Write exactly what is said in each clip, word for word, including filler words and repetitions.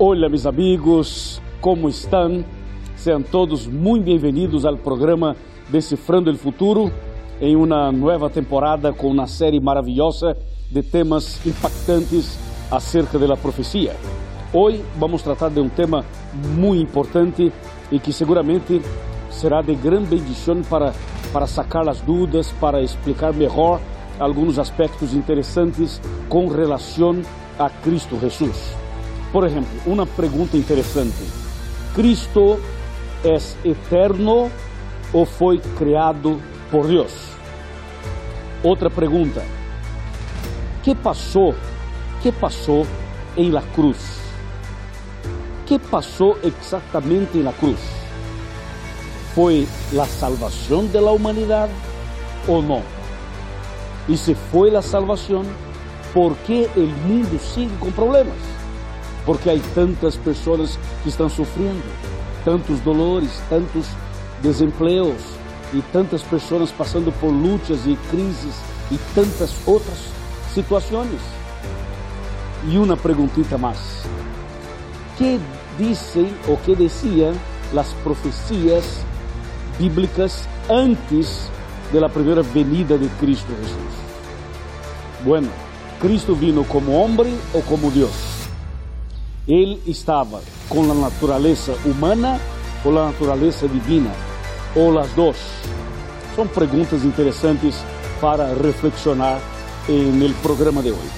Olá, meus amigos, como estão? Sejam todos muito bem-vindos ao programa Decifrando o Futuro, em uma nova temporada com uma série maravilhosa de temas impactantes acerca da profecia. Hoje vamos tratar de um tema muito importante e que seguramente será de grande bendição para, para sacar as dúvidas, para explicar melhor alguns aspectos interessantes com relação a Cristo Jesus. Por exemplo, uma pergunta interessante: ¿Cristo é eterno ou foi criado por Deus? Outra pergunta: ¿Qué passou? ¿Qué passou em la cruz? ¿Qué passou exatamente em la cruz? ¿Foi a salvação de la humanidade ou não? E se foi a salvação, ¿por que o mundo sigue com problemas? Porque há tantas pessoas que estão sofrendo, tantos dolores, tantos desempregos e tantas pessoas passando por lutas e crises e tantas outras situações. E uma perguntita mais: que dizem ou que diziam as profecias bíblicas antes da primeira venida de Cristo Jesus? Bueno, Cristo vino como homem ou como Deus? Ele estava com a natureza humana ou a natureza divina? Ou as duas? São perguntas interessantes para reflexionar no programa de hoje.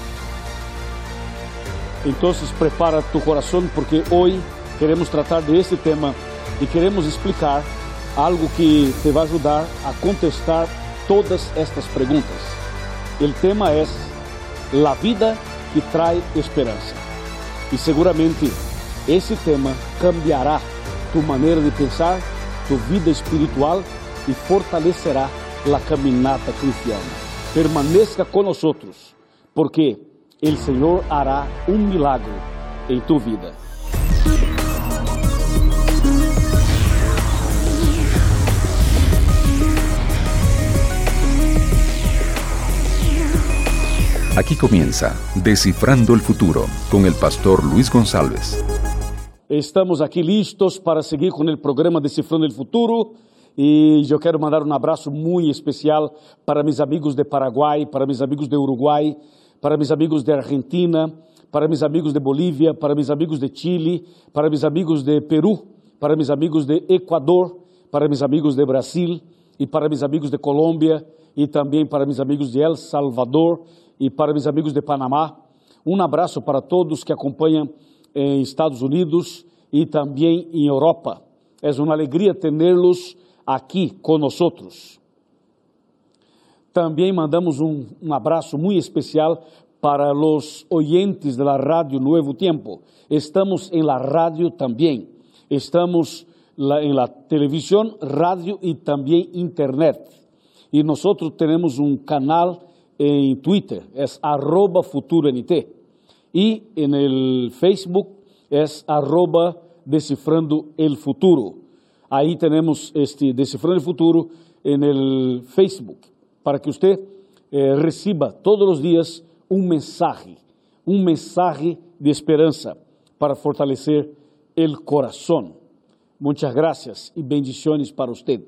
Então, prepara tu coração, porque hoje queremos tratar de este tema e queremos explicar algo que te vai ajudar a contestar todas estas perguntas. O tema é a vida que traz esperança. E seguramente esse tema cambiará tu maneira de pensar, tu vida espiritual e fortalecerá a caminhada cristiana. Permaneça conosco, porque o Senhor hará um milagre em tu vida. Aquí comienza Descifrando el Futuro con el pastor Luis González. Estamos aqui listos para seguir com o programa Decifrando el Futuro e eu quero mandar um abraço muito especial para meus amigos de Paraguai, para meus amigos de Uruguai, para meus amigos de Argentina, para meus amigos de Bolívia, para meus amigos de Chile, para meus amigos de Peru, para meus amigos de Equador, para meus amigos de Brasil e para meus amigos de Colômbia e também para meus amigos de El Salvador e para meus amigos de Panamá. Um abraço para todos que acompanham em Estados Unidos e também em Europa. É uma alegria tê-los aqui conosco. Também mandamos um, um abraço muito especial para os oyentes da Rádio Nuevo Tiempo. Estamos em la rádio também. Estamos la, em la televisão, rádio e também internet. E nós temos um canal em Twitter, é arroba futuroNT, e em Facebook é arroba Decifrando el Futuro. Aí temos este Decifrando el Futuro em Facebook, para que você eh, receba todos os dias um mensagem, um mensagem de esperança para fortalecer o coração. Muitas graças e bendições para você.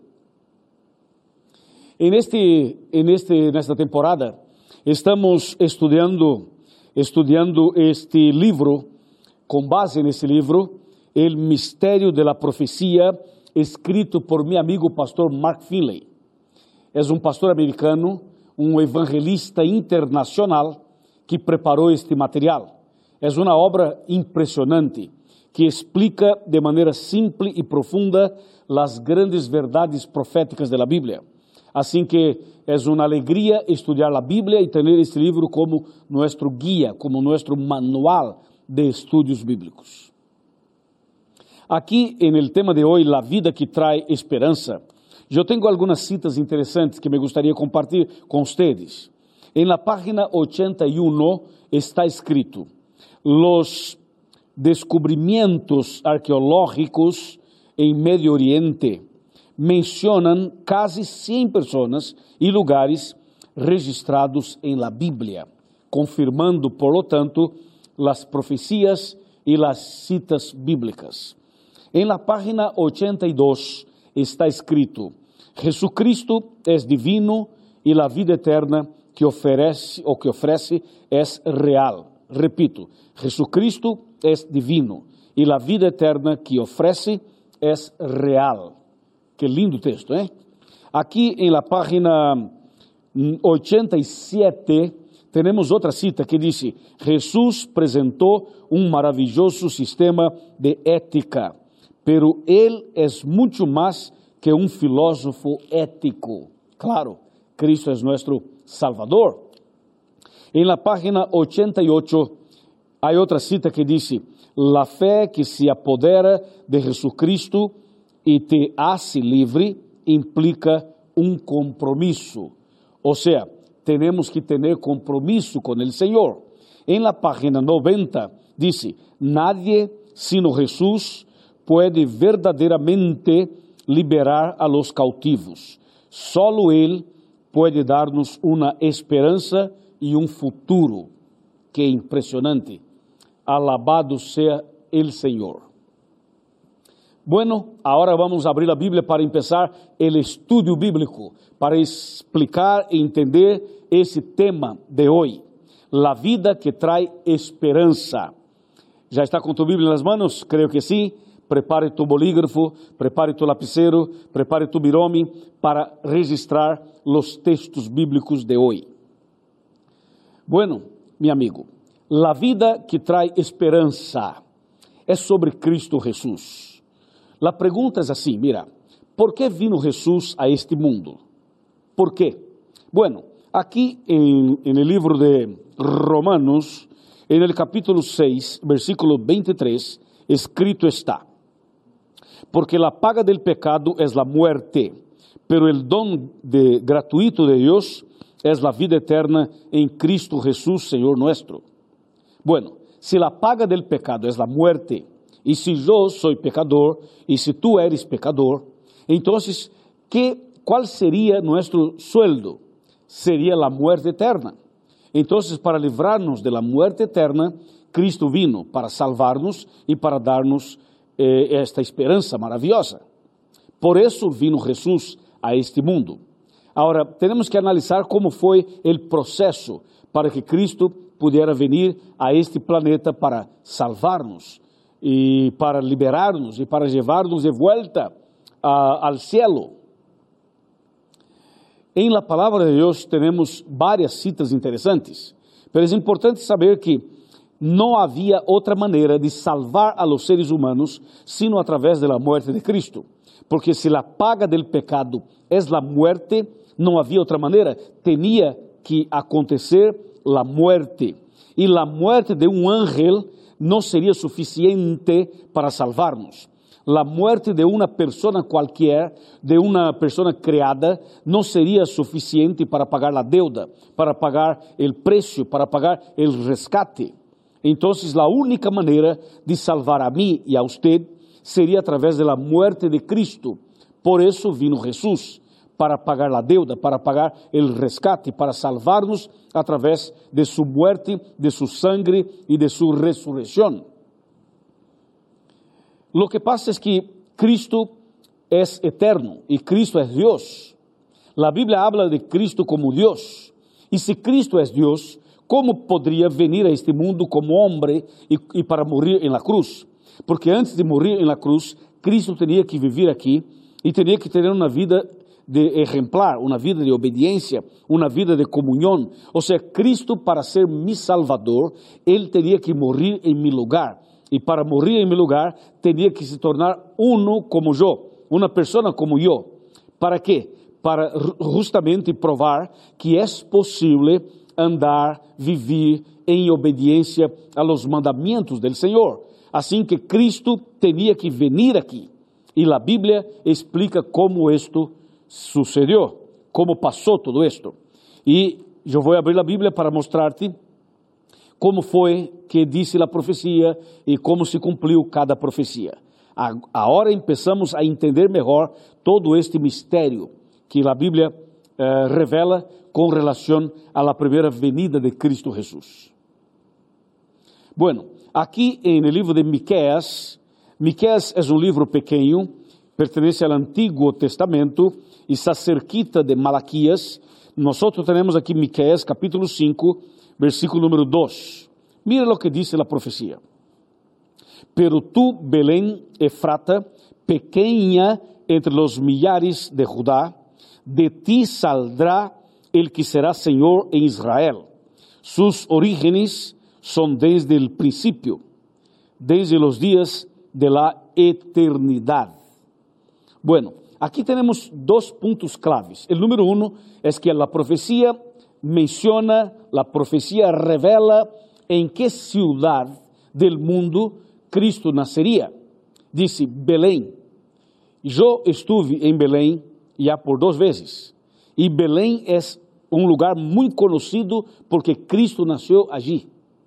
En este, en este, nesta temporada estamos estudando, estudando este livro, com base nesse livro, El Mistério de la Profecia, escrito por meu amigo pastor Mark Finley. É um pastor americano, um evangelista internacional que preparou este material. É uma obra impressionante que explica de maneira simples e profunda as grandes verdades proféticas da Bíblia. Assim que é uma alegria estudar a Bíblia e ter este livro como nosso guia, como nosso manual de estudos bíblicos. Aqui, no tema de hoje, a vida que traz esperança, eu tenho algumas citas interessantes que me gostaria de compartilhar com vocês. Em la página ochenta y uno está escrito: los descubrimientos arqueológicos em Medio Oriente mencionam quase cem pessoas e lugares registrados em la Bíblia, confirmando, por lo tanto, as profecias y las citas bíblicas. En la página ochenta y dos está escrito: Jesucristo es divino y la vida eterna que ofrece o que ofrece es real. Repito, Jesucristo es divino y la vida eterna que ofrece es real. Qué lindo texto, ¿eh? Aquí en la página ochenta y siete tenemos otra cita que dice: Jesús presentó un maravilloso sistema de ética, pero Él es mucho más que un filósofo ético. Claro, Cristo es nuestro Salvador. En la página ochenta y ocho hay otra cita que dice: la fe que se apodera de Jesucristo y te hace libre implica un compromiso. O sea, tenemos que tener compromiso con el Señor. En la página noventa dice: nadie sino Jesús puede verdaderamente liberar a los cautivos. Solo Él puede darnos una esperanza y un futuro. Qué impresionante. Alabado sea el Señor. Bueno, ahora vamos a abrir la Biblia para empezar el estudio bíblico, para explicar e entender ese tema de hoy, la vida que trae esperanza. ¿Ya está con tu Biblia en las manos? Creo que sí. Prepare tu bolígrafo, prepare tu lapicero, prepare tu birome para registrar los textos bíblicos de hoy. Bueno, mi amigo, la vida que trae esperanza es sobre Cristo Jesús. La pregunta es así, mira, ¿por qué vino Jesús a este mundo? ¿Por qué? Bueno, aquí en, en el libro de Romanos, en el capítulo seis, versículo veintitrés, escrito está: porque la paga del pecado es la muerte, pero el don de, gratuito de Dios es la vida eterna en Cristo Jesús, Señor nuestro. Bueno, si la paga del pecado es la muerte, y si yo soy pecador, y si tú eres pecador, entonces, ¿qué, ¿cuál sería nuestro sueldo? Sería la muerte eterna. Entonces, para librarnos de la muerte eterna, Cristo vino para salvarnos y para darnos eh, esta esperanza maravillosa. Por eso vino Jesús a este mundo. Ahora, tenemos que analizar cómo fue el proceso para que Cristo pudiera venir a este planeta para salvarnos y para liberarnos y para llevarnos de vuelta a, al cielo. En la palabra de Dios tenemos varias citas interesantes, pero es importante saber que no había otra manera de salvar a los seres humanos sino a través de la muerte de Cristo, porque si la paga del pecado es la muerte, no había otra manera, tenía que acontecer la muerte, y la muerte de un ángel no sería suficiente para salvarnos. La muerte de una persona cualquier, de una persona creada, no sería suficiente para pagar la deuda, para pagar el precio, para pagar el rescate. Entonces, la única manera de salvar a mí y a usted sería a través de la muerte de Cristo. Por eso vino Jesús, para pagar la deuda, para pagar el rescate, para salvarnos a través de su muerte, de su sangre y de su resurrección. Lo que pasa es que Cristo es eterno y Cristo es Dios. La Biblia habla de Cristo como Dios. Y si Cristo es Dios, ¿cómo podría venir a este mundo como hombre y, y para morir en la cruz? Porque antes de morir en la cruz, Cristo tenía que vivir aquí y tenía que tener una vida de ejemplar, una vida de obediencia, una vida de comunión. O sea, Cristo, para ser mi Salvador, Él tenía que morir en mi lugar. Y para morir en mi lugar, tenía que se tornar uno como yo, una persona como yo. ¿Para qué? Para justamente provar que es posible andar, vivir en obediencia a los mandamientos del Señor. Así que Cristo tenía que venir aquí. Y la Biblia explica cómo esto sucedió, cómo pasó todo esto. Y yo voy a abrir la Biblia para mostrarte cómo fue que dice la profecía y cómo se cumplió cada profecía. Ahora empezamos a entender mejor todo este misterio que la Biblia eh, revela con relación a la primera venida de Cristo Jesús. Bueno, aqui em el livro de Miqueias, Miqueias é um livro pequeno, pertence ao Antigo Testamento e está cerquita de Malaquias. Nós temos aqui Miqueias capítulo cinco, versículo número dois. Mira o que diz a profecia. Pero tú, Belén Efrata, pequeña entre los millares de Judá, de ti saldrá el que será Señor en Israel. Sus orígenes son desde el principio, desde los días de la eternidad. Bueno, aquí tenemos dos puntos claves. El número uno es que la profecía menciona, la profecía revela en qué ciudad del mundo Cristo nacería. Dice Belén. Yo estuve en Belén ya por dos veces. Y Belén es un lugar muy conocido porque Cristo nació allí.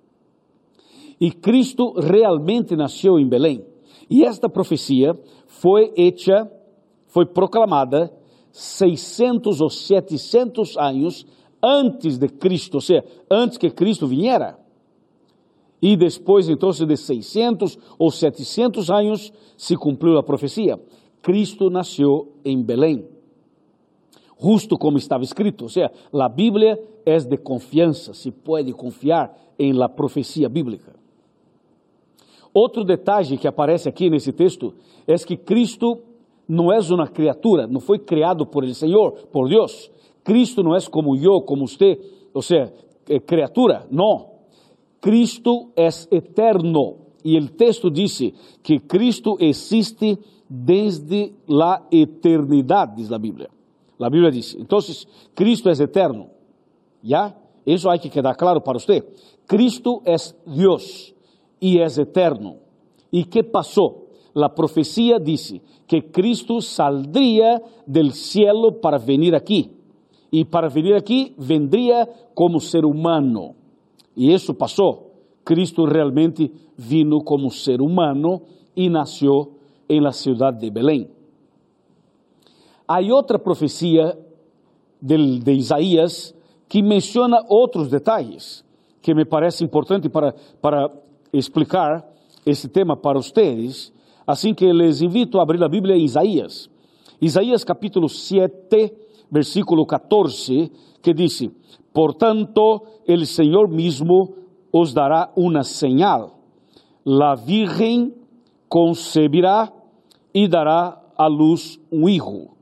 Y Cristo realmente nació en Belén. Y esta profecía fue hecha, fue proclamada seiscentos ou setecentos anos antes de Cristo, ou seja, antes que Cristo viniera. E depois, então, de seiscentos ou setecentos anos, se cumpriu a profecia. Cristo nasceu em Belém, justo como estava escrito. Ou seja, a Bíblia é de confiança, se pode confiar em la profecia bíblica. Outro detalhe que aparece aqui nesse texto é que Cristo não é uma criatura, não foi criado por el Senhor, por Deus. Cristo não é como eu, como você, ou seja, é criatura, não. Cristo é eterno. E o texto diz que Cristo existe desde a eternidade, diz a Bíblia. A Bíblia diz, então, Cristo é eterno. ¿Ya? Isso hay que quedar claro para você. Cristo é Deus e é eterno. E que passou? A profecia disse que Cristo saldría del cielo para venir aqui. E para venir aqui, vendría como ser humano. E isso passou. Cristo realmente vino como ser humano e nasceu em la cidade de Belém. Há outra profecia de, de Isaías que menciona outros detalhes que me parece importante para, para explicar esse tema para vocês. Assim que les invito a abrir a Bíblia em Isaías. Isaías capítulo sete, versículo catorze, que diz: Portanto, el Senhor mismo os dará una señal. La virgen concebirá y dará a luz un hijo,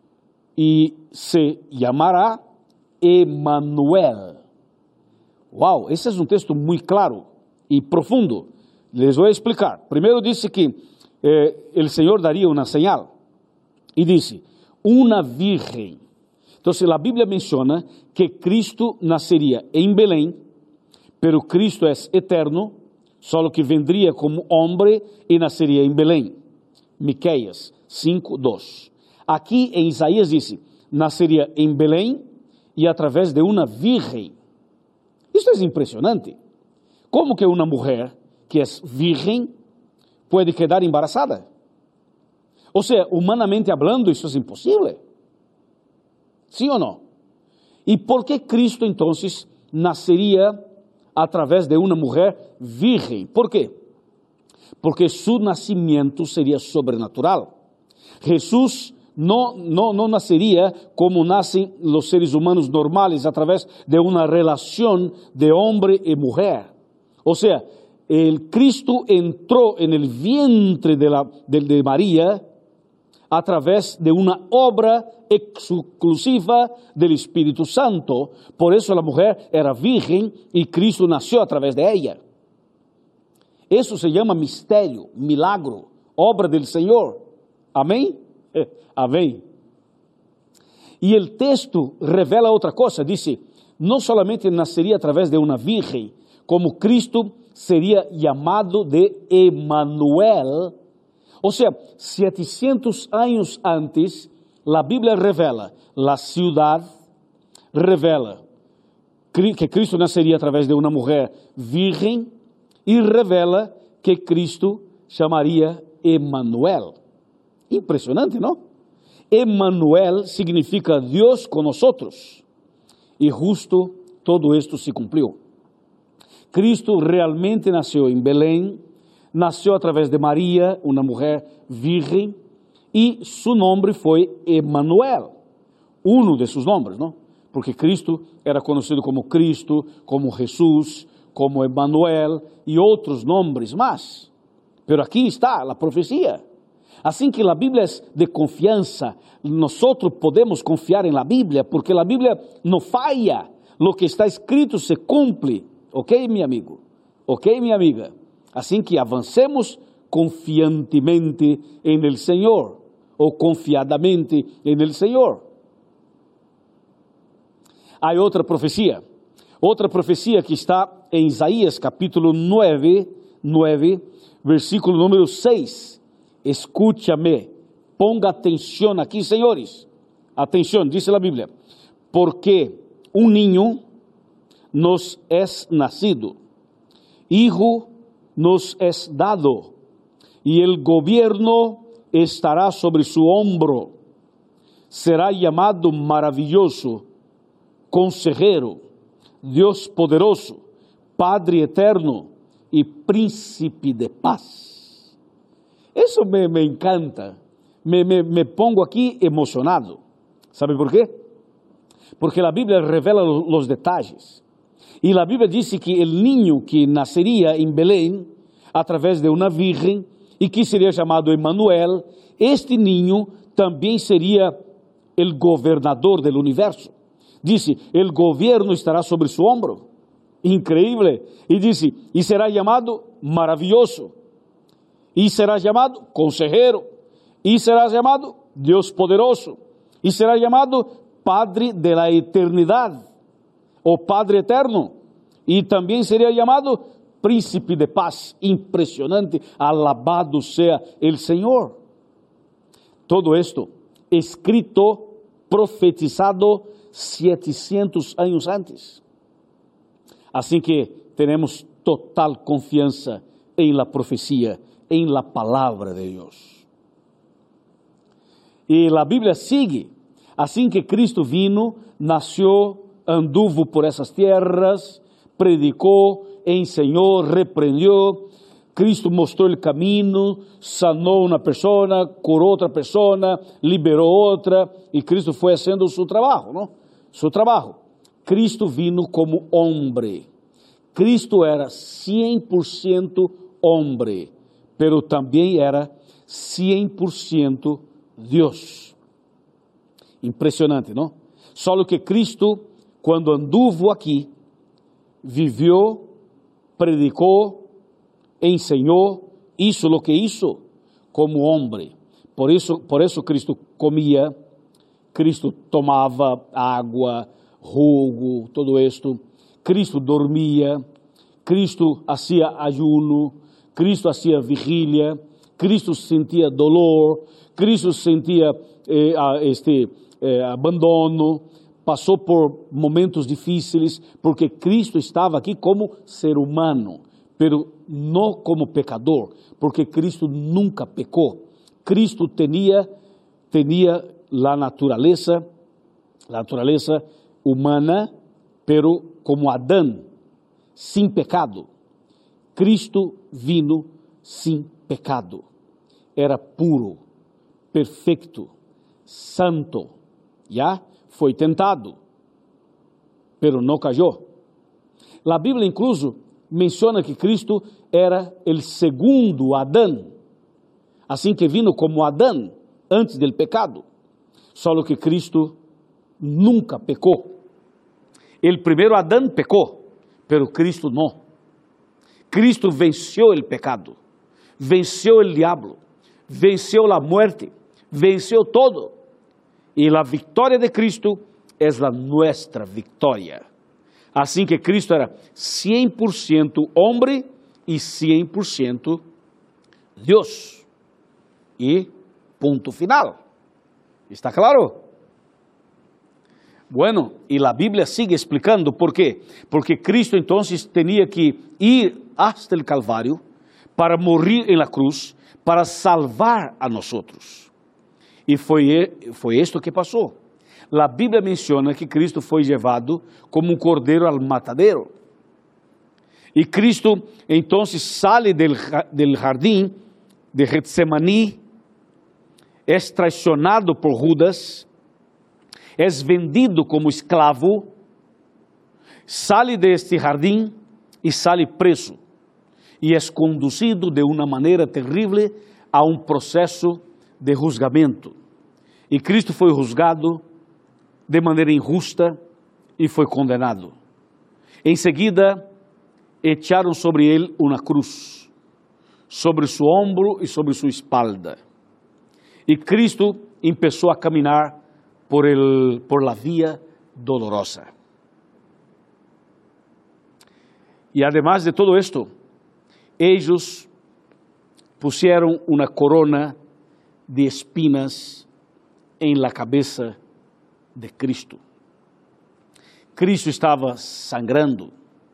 y se llamará Emmanuel. Uau, esse é um texto muito claro e profundo. Les vou explicar. Primeiro disse que eh, el Senhor daria una señal. E disse, una virgen. Então, a Bíblia menciona que Cristo nasceria em Belém, pero Cristo é eterno, só que vendria como homem e nasceria em Belém. Miqueias cinco, dois. Aqui em Isaías disse, nasceria em Belém e através de uma virgem. Isso é impressionante. Como que uma mulher que é virgem pode quedar embarazada? Ou seja, humanamente hablando, isso é impossível. Sim ou não? E por que Cristo, então, nasceria através de uma mulher virgem? ¿Por quê? Porque su nascimento seria sobrenatural. Jesús não, não, não nasceria como nascem os seres humanos normais, através de uma relação de homem e mulher. Ou seja, el Cristo entrou en el vientre de, la, de, de María através de uma obra exclusiva del Espírito Santo. Por eso la mujer era virgen y Cristo nació a través de ella. Eso se llama misterio, milagro, obra del Señor. Amém? Amém. E el texto revela outra coisa, dice, não solamente nasceria através de uma virgem, como Cristo seria chamado de Emmanuel. Ou seja, setecentos anos antes, a Bíblia revela, a cidade revela que Cristo nasceria através de uma mulher virgem e revela que Cristo chamaria Emmanuel. Impressionante, não? Emmanuel significa Deus com nós. E justo todo isto se cumpriu. Cristo realmente nació en Belén, nació a través de María, una mujer virgen, y su nombre fue Emmanuel, uno de sus nombres, ¿no? Porque Cristo era conocido como Cristo, como Jesús, como Emmanuel y otros nombres más. Pero aquí está la profecía. Así que la Biblia es de confianza. Nosotros podemos confiar en la Biblia porque la Biblia no falla. Lo que está escrito se cumple. ¿Ok, mi amigo? ¿Ok, mi amiga? Así que avancemos confiantemente en el Señor o confiadamente en el Señor. Hay otra profecía. Otra profecía que está en Isaías capítulo nueve, nueve, versículo número seis. Escúchame, ponga atención aquí, señores. Atención, dice la Biblia. Porque un niño nos es nacido, hijo nos es dado, y el gobierno estará sobre su hombro. Será llamado maravilloso, consejero, Dios poderoso, Padre eterno y príncipe de paz. Eso me, me encanta, me, me, me pongo aquí emocionado. ¿Sabe por qué? Porque la Biblia revela los, los detalles. Y la Biblia dice que el niño que nacería en Belén a través de una virgen y que sería llamado Emmanuel, este niño también sería el gobernador del universo. Dice, el gobierno estará sobre su hombro. Increíble. Y dice, y será llamado maravilloso. Y será llamado consejero. Y será llamado Dios poderoso. Y será llamado Padre de la eternidad. O Padre eterno. Y también sería llamado Príncipe de paz. Impresionante. Alabado sea el Señor. Todo esto escrito, profetizado setecientos años antes. Así que tenemos total confianza en la profecía, en la palabra de Dios. Y la Biblia sigue. Así que Cristo vino, nació, anduvo por esas tierras, predicó, enseñó, reprendió. Cristo mostró el camino, sanó una persona, curó otra persona, liberó otra, y Cristo fue haciendo su trabajo, ¿no? Su trabajo. Cristo vino como hombre. Cristo era cien por ciento hombre, pero también era cien por ciento Dios. Impresionante, ¿no? Solo que Cristo, cuando anduvo aquí, vivió, predicó, enseñó, hizo lo que hizo como hombre. Por eso, por eso Cristo comía, Cristo tomaba agua, jugo, todo esto. Cristo dormía, Cristo hacía ayuno, Cristo hacía vigilia, Cristo sentía dolor, Cristo sentía eh, este, eh, abandono, pasó por momentos difíciles, porque Cristo estaba aquí como ser humano, pero no como pecador, porque Cristo nunca pecó. Cristo tenía, tenía la naturaleza, la naturaleza humana, pero como Adán, sin pecado. Cristo vino sin pecado. Era puro, perfecto, santo. Ya foi tentado, pero no cayó. La Biblia incluso menciona que Cristo era el segundo Adán, assim que vino como Adán antes del pecado, solo que Cristo nunca pecó. El primeiro Adán pecó, pero Cristo no. Cristo venció el pecado, venció el diablo, venció la muerte, venció todo. Y la victoria de Cristo es la nuestra victoria. Assim que Cristo era cem por ciento hombre y cem por ciento Dios. Y punto final. ¿Está claro? Bueno, y la Biblia sigue explicando por qué. Porque Cristo entonces tenía que ir hasta el Calvario para morir en la cruz, para salvar a nosotros. E foi, foi esto que passou. A Bíblia menciona que Cristo foi levado como um cordeiro al matadero. Y Cristo entonces sale del, del jardín de Getsemaní, es traicionado por Judas, es vendido como esclavo, sale de este jardín y sale preso. Y es conducido de una manera terrible a un proceso de juzgamento. Y Cristo fue juzgado de manera injusta y fue condenado. Enseguida echaron sobre él una cruz, sobre su hombro y sobre su espalda. Y Cristo empezó a caminar por, el, por la vía dolorosa. Y además de todo esto, ellos pusieron una corona de espinas en la cabeza de Cristo. Cristo estaba sangrando.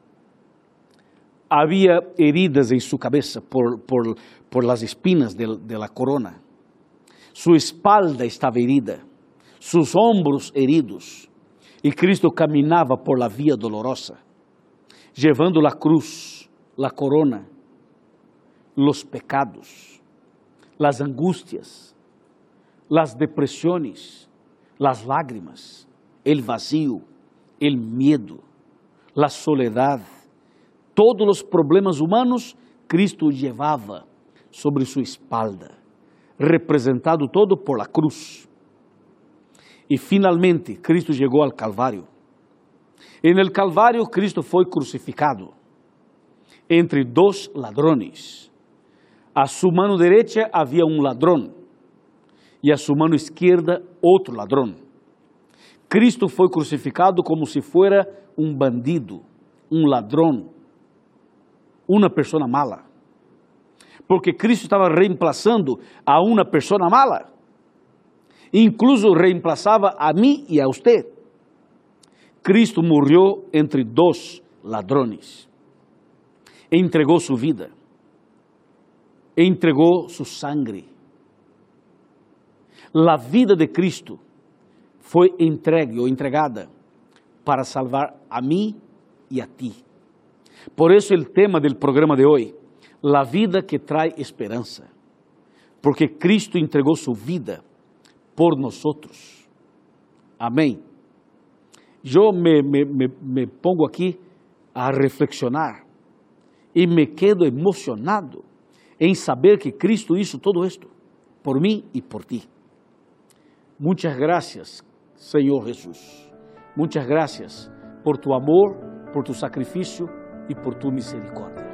Había heridas en su cabeza por, por, por las espinas de, de la corona. Su espalda estaba herida, sus hombros heridos. Y Cristo caminaba por la vía dolorosa, llevando la cruz, la corona, los pecados, las angustias, las depresiones, las lágrimas, el vacío, el miedo, la soledad, todos los problemas humanos, Cristo llevaba sobre su espalda, representado todo por la cruz. Y finalmente Cristo llegó al Calvario. En el Calvario Cristo fue crucificado entre dos ladrones. A su mano derecha había un ladrón y a su mano izquierda otro ladrón. Cristo fue crucificado como si fuera un bandido, un ladrón, una persona mala. Porque Cristo estaba reemplazando a una persona mala. Incluso reemplazaba a mí y a usted. Cristo murió entre dos ladrones. Entregó su vida. Entregó su sangre. La vida de Cristo fue entregue o entregada para salvar a mí y a ti. Por eso el tema del programa de hoy, la vida que trae esperanza. Porque Cristo entregó su vida por nosotros. Amén. Yo me, me, me, me pongo aquí a reflexionar y me quedo emocionado en saber que Cristo hizo todo esto por mí y por ti. Muchas gracias, Señor Jesús. Muchas gracias por tu amor, por tu sacrificio y por tu misericordia.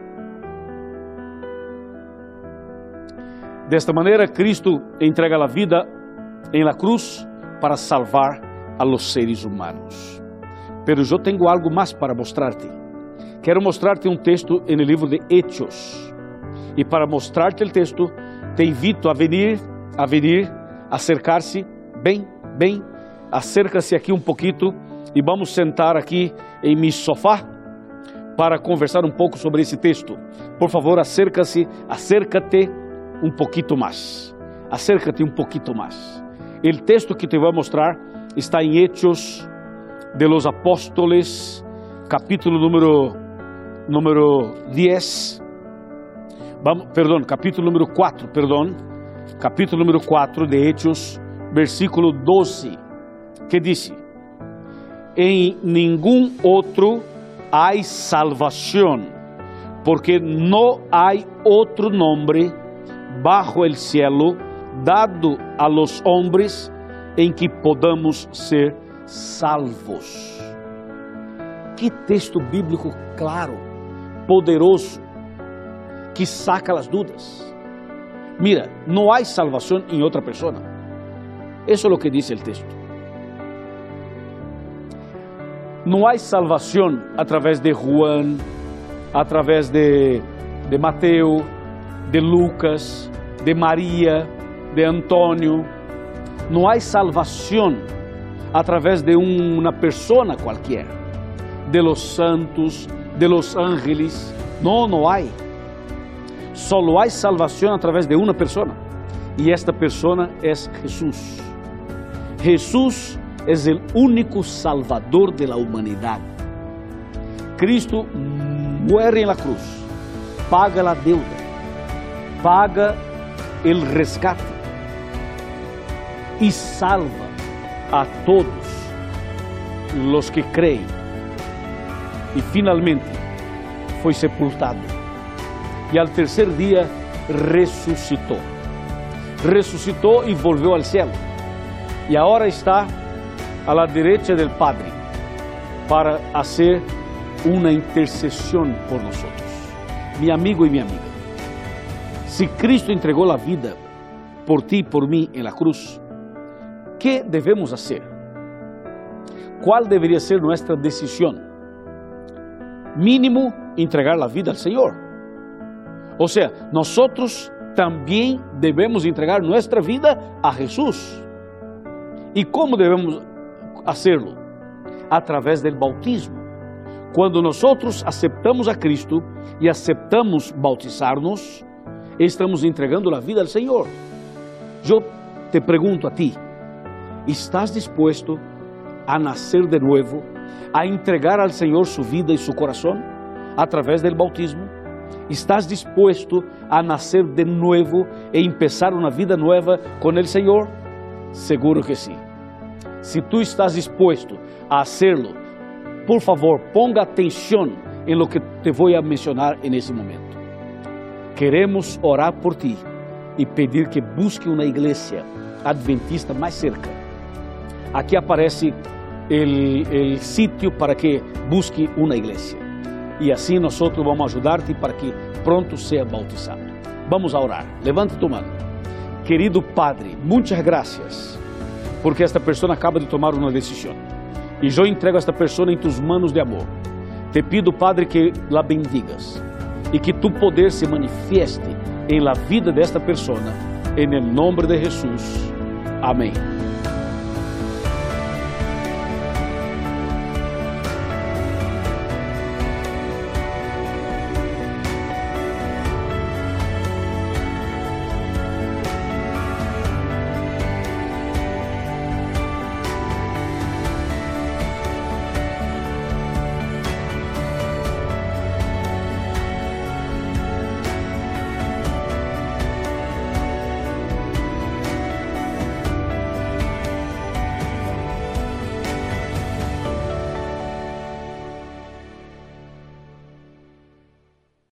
De esta manera, Cristo entrega la vida en la cruz para salvar a los seres humanos. Pero yo tengo algo más para mostrarte. Quiero mostrarte un texto en el libro de Hechos. Y para mostrarte el texto, te invito a venir, a venir, a acercarse. Ven, ven, acércase aquí un poquito y vamos a sentar aquí en mi sofá para conversar un poco sobre ese texto. Por favor, acércase, acércate un poquito más. Acércate un poquito más. El texto que te voy a mostrar está en Hechos de los Apóstoles, capítulo número, número diez. Vamos, perdón, capítulo número cuatro, perdón. Capítulo número cuatro de Hechos, versículo doce, que dice: en ningún otro hay salvación, porque no hay otro nombre bajo el cielo dado a los hombres en que podamos ser salvos. Que texto bíblico claro, poderoso, que saca las dudas. Mira, no hay salvación en otra persona. Eso es lo que dice el texto. No hay salvación a través de Juan, a través de, de Mateo, de Lucas, de María, de Antonio. No hay salvación a través de una persona cualquiera, de los santos, de los ángeles. No, no hay. Solo hay salvación a través de una persona. Y esta persona es Jesús. Jesús es el único salvador de la humanidad. Cristo muere en la cruz, paga la deuda, paga el rescate y salva a todos los que creen. Y finalmente fue sepultado. Y al tercer día resucitó. Resucitó y volvió al cielo. Y ahora está a la derecha del Padre para hacer una intercesión por nosotros. Mi amigo y mi amiga, si Cristo entregó la vida por ti y por mí en la cruz, ¿qué debemos hacer? ¿Cuál debería ser nuestra decisión? Mínimo, entregar la vida al Señor. O sea, nosotros también debemos entregar nuestra vida a Jesús. ¿Y cómo debemos hacerlo? A través del bautismo. Cuando nosotros aceptamos a Cristo y aceptamos bautizarnos, estamos entregando la vida al Señor. Yo te pregunto a ti, ¿estás dispuesto a nacer de nuevo, a entregar al Señor su vida y su corazón a través del bautismo? ¿Estás dispuesto a nacer de nuevo e empezar una vida nueva con el Señor? Seguro que sí. Si tú estás dispuesto a hacerlo, por favor, ponga atención en lo que te voy a mencionar en ese momento. Queremos orar por ti y pedir que busque una iglesia adventista más cerca. Aquí aparece el, el sitio para que busque una iglesia. Y así nosotros vamos a ayudarte para que pronto sea bautizado. Vamos a orar. Levante tu mano. Querido Padre, muchas gracias porque esta persona acaba de tomar una decisión. Y yo entrego a esta persona en tus manos de amor. Te pido, Padre, que la bendigas y que tu poder se manifieste en la vida de esta persona, en el nombre de Jesús. Amén.